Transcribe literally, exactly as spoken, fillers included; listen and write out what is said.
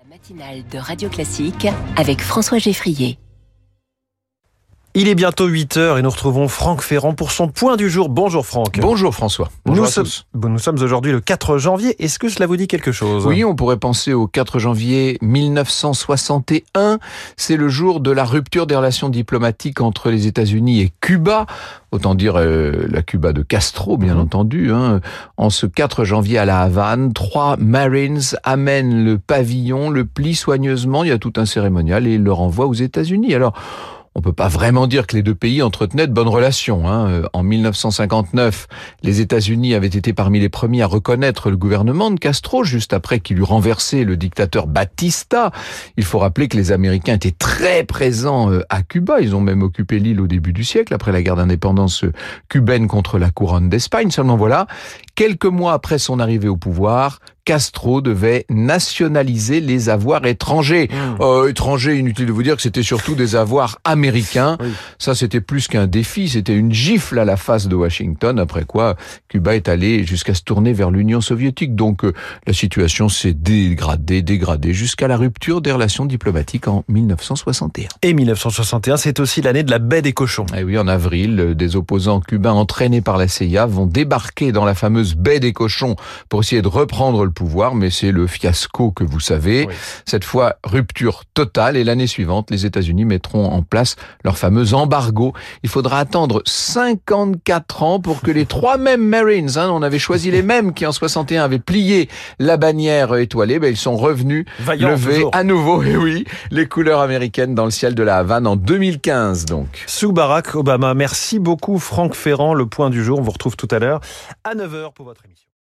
La matinale de Radio Classique avec François Geffrier. Il est bientôt huit heures et nous retrouvons Franck Ferrand pour son point du jour. Bonjour Franck. Bonjour François. Bonjour nous, à sommes, tous. nous sommes aujourd'hui le quatre janvier. Est-ce que cela vous dit quelque chose ? Oui, on pourrait penser au quatre janvier mille neuf cent soixante et un. C'est le jour de la rupture des relations diplomatiques entre les États-Unis et Cuba. Autant dire euh, la Cuba de Castro, bien mmh. entendu. Hein. En ce quatre janvier à la Havane, trois Marines amènent le pavillon, le plient soigneusement. Il y a tout un cérémonial et ils le renvoient aux États-Unis. Alors, on peut pas vraiment dire que les deux pays entretenaient de bonnes relations. Hein. En mille neuf cent cinquante-neuf, les États-Unis avaient été parmi les premiers à reconnaître le gouvernement de Castro, juste après qu'il eut renversé le dictateur Batista. Il faut rappeler que les Américains étaient très présents à Cuba. Ils ont même occupé l'île au début du siècle, après la guerre d'indépendance cubaine contre la couronne d'Espagne. Seulement voilà, quelques mois après son arrivée au pouvoir, Castro devait nationaliser les avoirs étrangers. Mmh. Euh, étrangers, inutile de vous dire que c'était surtout des avoirs américains. Oui. Ça, c'était plus qu'un défi, c'était une gifle à la face de Washington, après quoi Cuba est allé jusqu'à se tourner vers l'Union soviétique. Donc, euh, la situation s'est dégradée, dégradée, jusqu'à la rupture des relations diplomatiques en mille neuf cent soixante et un. Et mille neuf cent soixante et un, c'est aussi l'année de la baie des cochons. Et oui, en avril, des opposants cubains entraînés par la C I A vont débarquer dans la fameuse baie des cochons pour essayer de reprendre le pouvoir, mais c'est le fiasco que vous savez. Oui. Cette fois, rupture totale, et l'année suivante, les États-Unis mettront en place leur fameux embargo. Il faudra attendre cinquante-quatre ans pour que les trois mêmes Marines, hein, on avait choisi les mêmes qui en soixante et un avaient plié la bannière étoilée, ben ils sont revenus Vaillant, lever toujours. à nouveau, et oui, les couleurs américaines dans le ciel de la Havane en deux mille quinze donc. Sous Barack Obama. Merci beaucoup Franck Ferrand, le point du jour. On vous retrouve tout à l'heure à neuf heures pour votre émission.